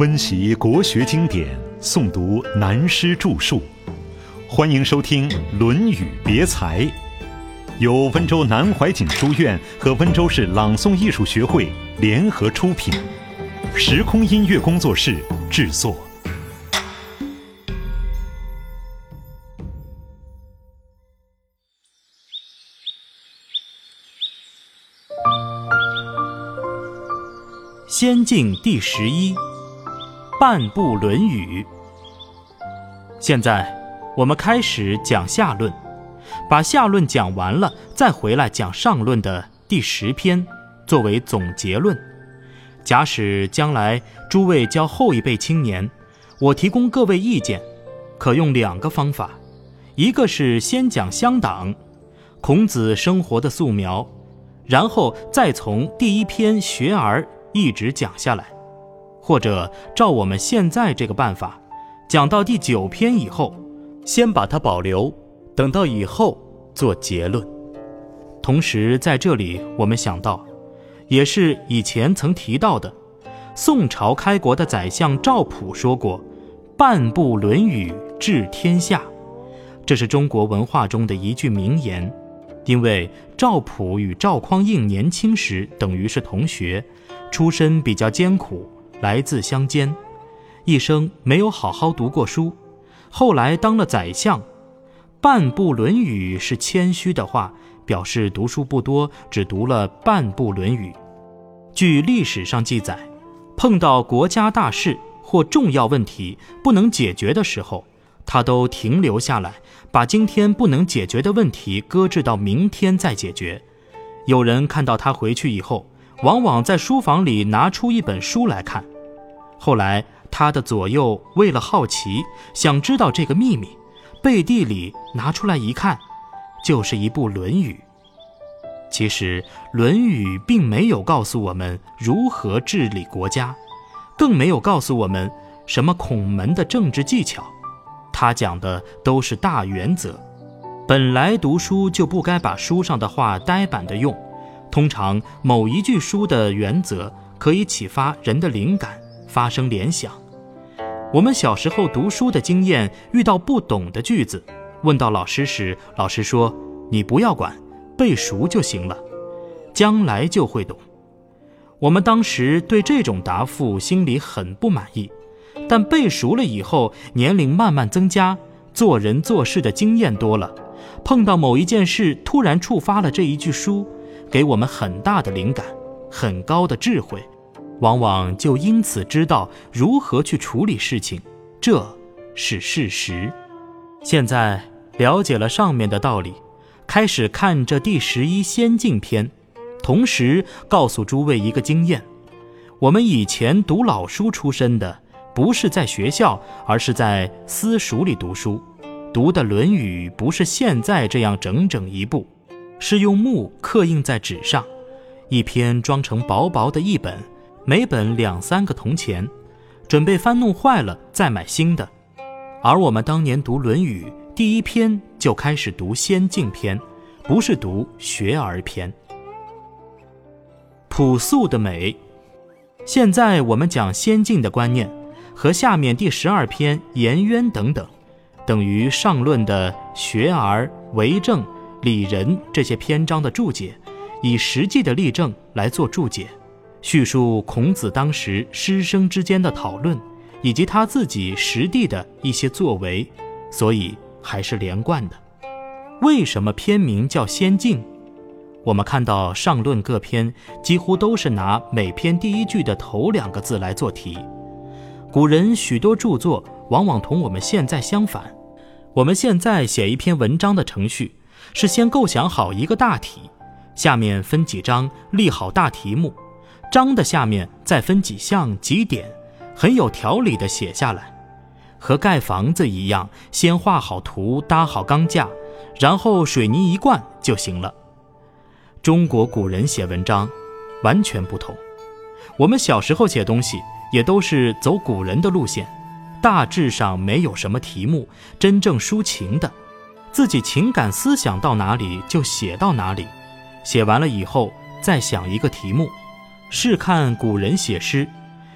温习国学经典，诵读南师著述。欢迎收听《论语别裁》，由温州南怀瑾书院和温州市朗诵艺术学会联合出品，时空音乐工作室制作。 先进第11，半部《论语》。现在我们开始讲下论，把下论讲完了，再回来讲上论的第10篇，作为总结论。假使将来诸位教后一辈青年，我提供各位意见，可用2个方法，一个是先讲乡党，孔子生活的素描，然后再从第1篇学而一直讲下来，或者照我们现在这个办法，讲到第9篇以后，先把它保留，等到以后做结论。同时在这里我们想到，也是以前曾提到的，宋朝开国的宰相赵普说过半部《论语》治天下，这是中国文化中的一句名言。因为赵普与赵匡胤年轻时等于是同学，出身比较艰苦，来自乡间，一生没有好好读过书，后来当了宰相。半部《论语》是谦虚的话，表示读书不多，只读了半部《论语》。据历史上记载，碰到国家大事或重要问题不能解决的时候，他都停留下来，把今天不能解决的问题搁置到明天再解决。有人看到他回去以后，往往在书房里拿出一本书来看。后来他的左右为了好奇，想知道这个秘密，背地里拿出来一看，就是一部《论语》。其实《论语》并没有告诉我们如何治理国家，更没有告诉我们什么孔门的政治技巧，他讲的都是大原则。本来读书就不该把书上的话呆板地用，通常某一句书的原则可以启发人的灵感，发生联想。我们小时候读书的经验，遇到不懂的句子，问到老师时，老师说你不要管，背熟就行了，将来就会懂。我们当时对这种答复心里很不满意，但背熟了以后，年龄慢慢增加，做人做事的经验多了，碰到某一件事突然触发了这一句书，给我们很大的灵感，很高的智慧，往往就因此知道如何去处理事情，这是事实。现在了解了上面的道理，开始看这第11先进篇，同时告诉诸位一个经验，我们以前读老书出身的，不是在学校，而是在私塾里读书，读的《论语》不是现在这样整整一部，是用木刻印在纸上，一篇装成薄薄的一本，每本2-3个铜钱，准备翻弄坏了再买新的。而我们当年读《论语》第1篇就开始读先进篇，不是读学而篇。朴素的美，现在我们讲先进的观念，和下面第12篇颜渊等等，等于上论的学而、为政、理人这些篇章的注解，以实际的例证来做注解，叙述孔子当时师生之间的讨论，以及他自己实地的一些作为，所以还是连贯的。为什么篇名叫先进？我们看到上论各篇几乎都是拿每篇第1句的头2个字来做题。古人许多著作往往同我们现在相反，我们现在写一篇文章的程序是先构想好一个大体，下面分几章立好大题目，章的下面再分几项几点，很有条理地写下来，和盖房子一样，先画好图，搭好钢架，然后水泥一灌就行了。中国古人写文章完全不同，我们小时候写东西也都是走古人的路线，大致上没有什么题目，真正抒情的，自己情感思想到哪里就写到哪里，写完了以后再想一个题目。试看古人写诗，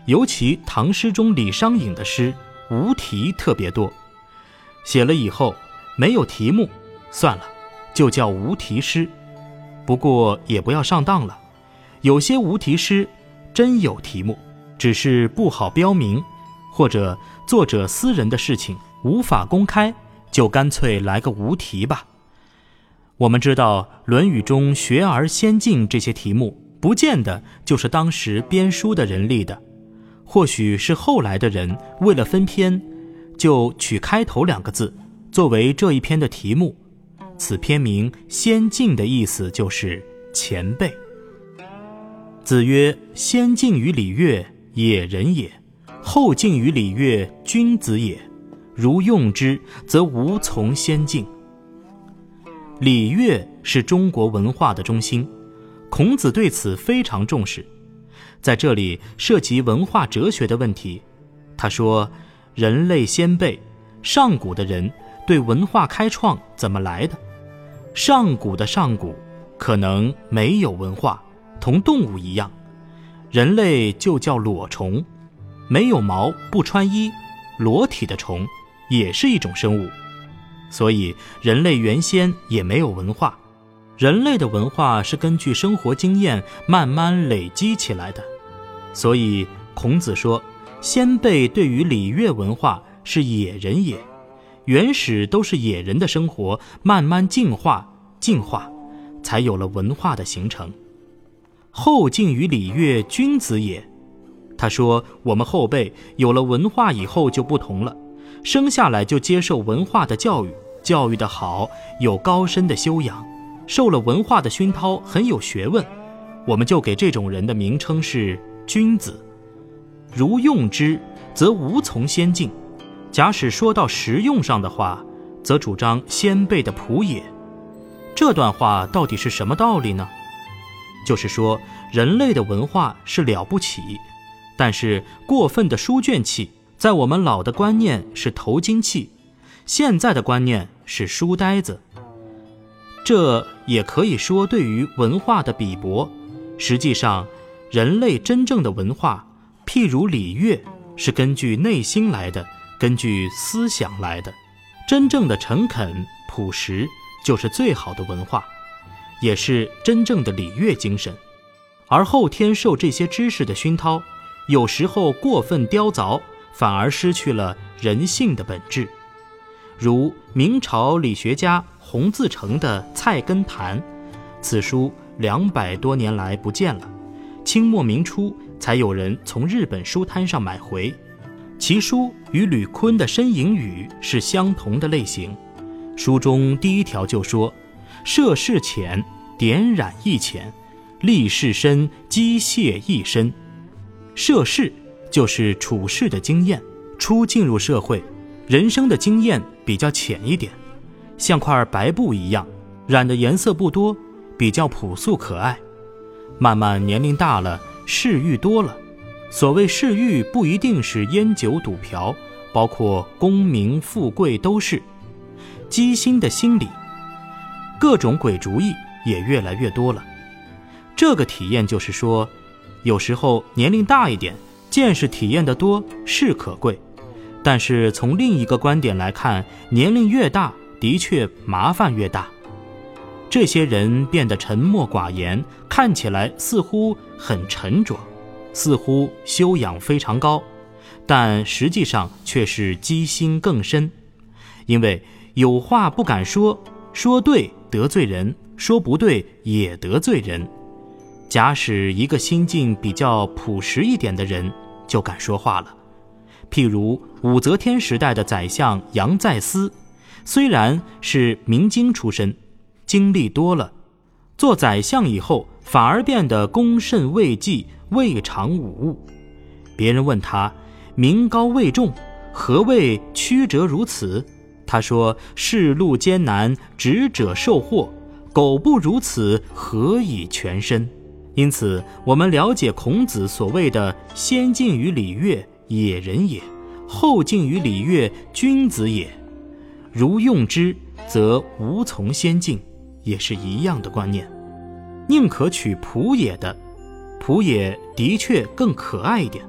尤其唐诗中李商隐的诗无题特别多，写了以后没有题目，算了，就叫无题诗。不过也不要上当了，有些无题诗真有题目，只是不好标明，或者作者私人的事情无法公开，就干脆来个无题吧。我们知道《论语》中学而先进这些题目，不见得就是当时编书的人立的，或许是后来的人为了分篇，就取开头2个字作为这一篇的题目。此篇名先进的意思就是前辈。子曰：先进于礼乐，也人也；后进于礼乐，君子也。如用之，则无从先进。礼乐是中国文化的中心，孔子对此非常重视。在这里涉及文化哲学的问题，他说，人类先辈，上古的人对文化开创怎么来的？上古的上古可能没有文化，同动物一样，人类就叫裸虫，没有毛不穿衣，裸体的虫也是一种生物。所以人类原先也没有文化，人类的文化是根据生活经验慢慢累积起来的。所以孔子说，先辈对于礼乐文化是野人也，原始都是野人的生活，慢慢进化，才有了文化的形成。后进于礼乐，君子也。他说，我们后辈有了文化以后就不同了，生下来就接受文化的教育，教育的好，有高深的修养，受了文化的熏陶，很有学问，我们就给这种人的名称是君子。如用之，则无从先进。假使说到实用上的话，则主张先辈的朴也。这段话到底是什么道理呢？就是说，人类的文化是了不起，但是过分的书卷气，在我们老的观念是头巾气，现在的观念是书呆子。这也可以说对于文化的比驳。实际上，人类真正的文化，譬如礼乐，是根据内心来的，根据思想来的。真正的诚恳朴实，就是最好的文化，也是真正的礼乐精神。而后天受这些知识的熏陶，有时候过分雕凿，反而失去了人性的本质。如明朝理学家洪自成的《菜根谭》，此书200多年来不见了，清末明初才有人从日本书摊上买回。其书与吕坤的《呻吟语》是相同的类型。书中第1条就说，涉世浅，点染亦浅，立世深，机械亦深。涉世就是处世的经验，初进入社会，人生的经验比较浅一点，像块白布一样，染的颜色不多，比较朴素可爱。慢慢年龄大了，嗜欲多了。所谓嗜欲不一定是烟酒赌嫖，包括功名富贵都是。机心的心理，各种鬼主意也越来越多了。这个体验就是说，有时候年龄大一点，见识体验得多是可贵，但是从另一个观点来看，年龄越大，的确麻烦越大。这些人变得沉默寡言，看起来似乎很沉着，似乎修养非常高，但实际上却是机心更深。因为有话不敢说，说对得罪人，说不对也得罪人。假使一个心境比较朴实一点的人，就敢说话了。譬如武则天时代的宰相杨再思，虽然是明经出身，经历多了，做宰相以后反而变得恭慎畏忌，未尝无物。别人问他，名高位重，何谓曲折如此？他说，世路艰难，直者受祸，苟不如此，何以全身？因此我们了解孔子所谓的先进于礼乐，野人也；后进于礼乐，君子也。如用之，则无从先进，也是一样的观念。宁可取朴野的，朴野的确更可爱一点，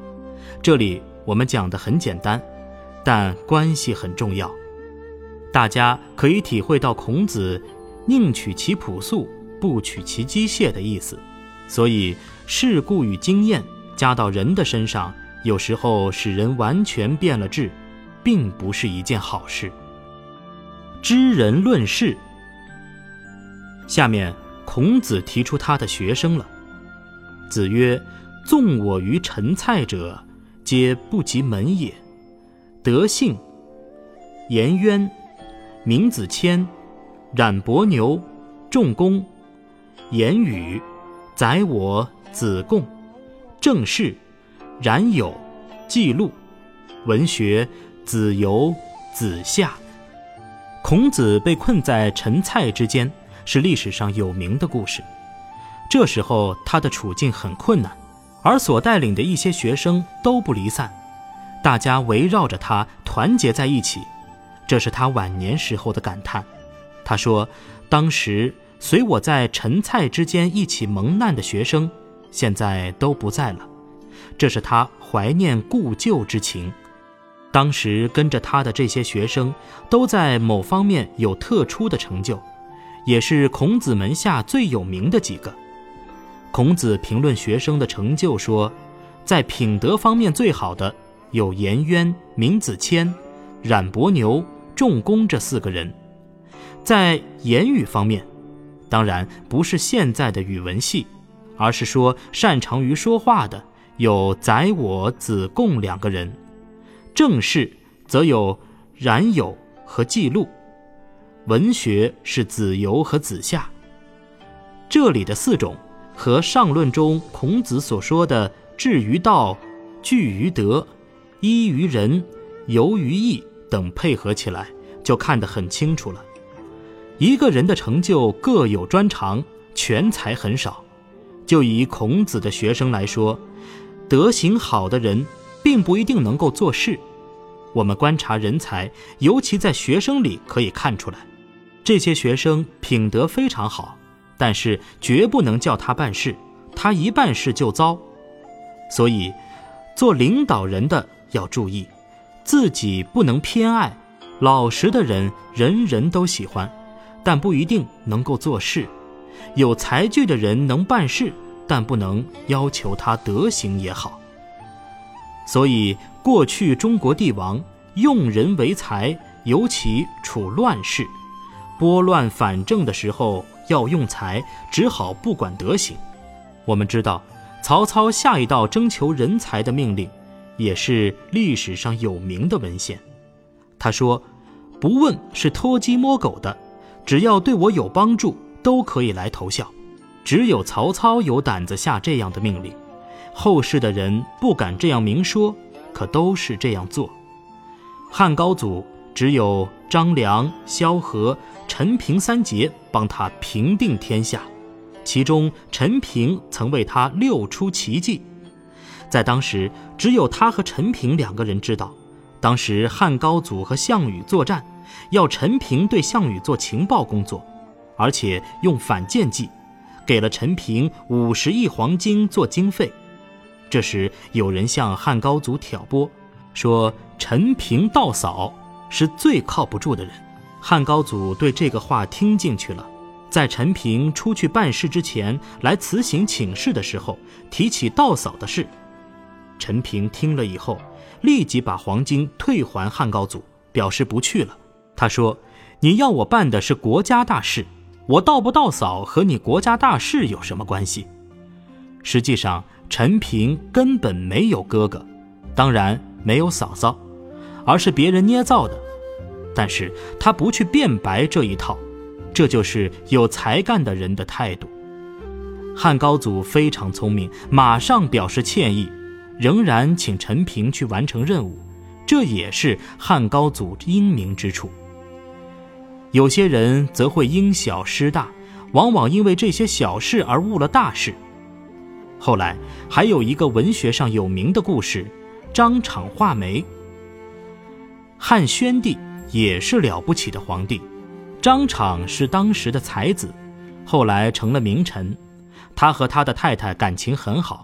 这里我们讲得很简单，但关系很重要。大家可以体会到孔子宁取其朴素，不取其机械的意思。所以事故与经验加到人的身上，有时候使人完全变了质，并不是一件好事。知人论事。下面孔子提出他的学生了。子曰：纵我于陈蔡者，皆不及门也。德性、颜渊、闵子骞、冉伯牛、仲弓、颜宇、宰我、子贡、郑氏、冉有、季路、文学、子游、子夏。孔子被困在陈蔡之间，是历史上有名的故事。这时候他的处境很困难，而所带领的一些学生都不离散，大家围绕着他团结在一起。这是他晚年时候的感叹。他说，当时随我在陈蔡之间一起蒙难的学生，现在都不在了。这是他怀念故旧之情。当时跟着他的这些学生都在某方面有特殊的成就，也是孔子门下最有名的几个。孔子评论学生的成就说，在品德方面最好的有颜渊、闵子骞、冉伯牛、仲弓这4个人。在言语方面，当然不是现在的语文系，而是说擅长于说话的有宰我、子贡2个人。正事则有冉有和季路，文学是子游和子夏。这里的4种和上论中孔子所说的至于道、据于德、依于仁、游于义等配合起来，就看得很清楚了。一个人的成就各有专长，全才很少。就以孔子的学生来说，德行好的人并不一定能够做事。我们观察人才，尤其在学生里可以看出来，这些学生品德非常好，但是绝不能叫他办事，他一办事就糟。所以做领导人的要注意，自己不能偏爱。老实的人人人都喜欢，但不一定能够做事。有才具的人能办事，但不能要求他德行也好。所以过去中国帝王用人为才，尤其处乱世，拨乱反正的时候要用才，只好不管德行。我们知道曹操下一道征求人才的命令，也是历史上有名的文献。他说，不问是偷鸡摸狗的，只要对我有帮助，都可以来投效。只有曹操有胆子下这样的命令，后世的人不敢这样明说，可都是这样做。汉高祖只有张良、萧何、陈平3杰帮他平定天下，其中陈平曾为他6出奇迹。在当时只有他和陈平2个人知道，当时汉高祖和项羽作战，要陈平对项羽做情报工作，而且用反间计，给了陈平50亿黄金做经费。这时有人向汉高祖挑拨，说陈平道嫂是最靠不住的人。汉高祖对这个话听进去了，在陈平出去办事之前，来辞行请示的时候，提起道嫂的事。陈平听了以后，立即把黄金退还汉高祖，表示不去了。他说，你要我办的是国家大事，我道不道嫂和你国家大事有什么关系？实际上陈平根本没有哥哥，当然没有嫂嫂，而是别人捏造的。但是他不去辩白这一套，这就是有才干的人的态度。汉高祖非常聪明，马上表示歉意，仍然请陈平去完成任务，这也是汉高祖英明之处。有些人则会因小失大，往往因为这些小事而误了大事。后来还有一个文学上有名的故事，张敞画眉。汉宣帝也是了不起的皇帝，张敞是当时的才子，后来成了名臣。他和他的太太感情很好，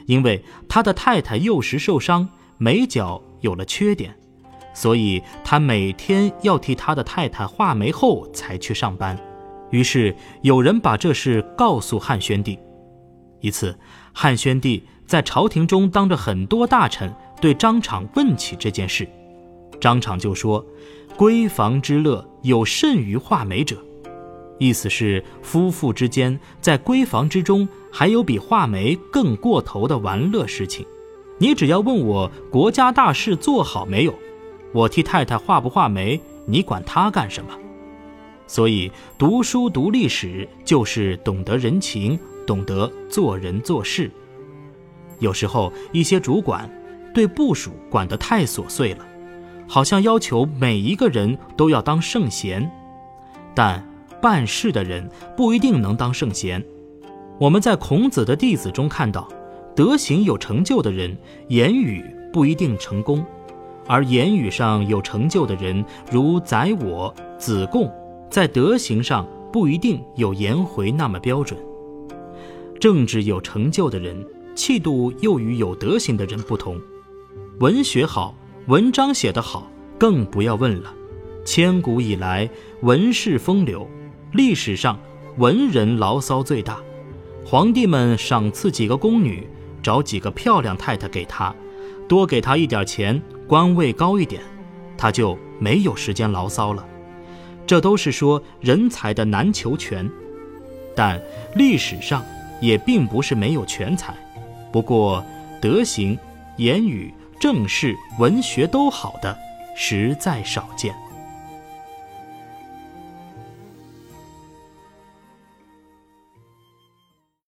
因为他的太太幼时受伤，眉角有了缺点，所以他每天要替他的太太画眉后才去上班。于是有人把这事告诉汉宣帝。一次，汉宣帝在朝廷中当着很多大臣对张敞问起这件事，张敞就说：闺房之乐有甚于画眉者。意思是夫妇之间在闺房之中还有比画眉更过头的玩乐事情。你只要问我国家大事做好没有，我替太太画不画眉，你管他干什么？所以读书读历史就是懂得人情，懂得做人做事。有时候一些主管对部属管得太琐碎了，好像要求每一个人都要当圣贤，但办事的人不一定能当圣贤。我们在孔子的弟子中看到，德行有成就的人，言语不一定成功，而言语上有成就的人，如宰我、子贡，在德行上不一定有颜回那么标准。政治有成就的人，气度又与有德行的人不同。文学好，文章写得好，更不要问了。千古以来，文士风流，历史上文人牢骚最大。皇帝们赏赐几个宫女，找几个漂亮太太给他，多给他一点钱，官位高一点，他就没有时间牢骚了。这都是说人才的难求全，但历史上也并不是没有全才，不过德行、言语、政事、文学都好的实在少见。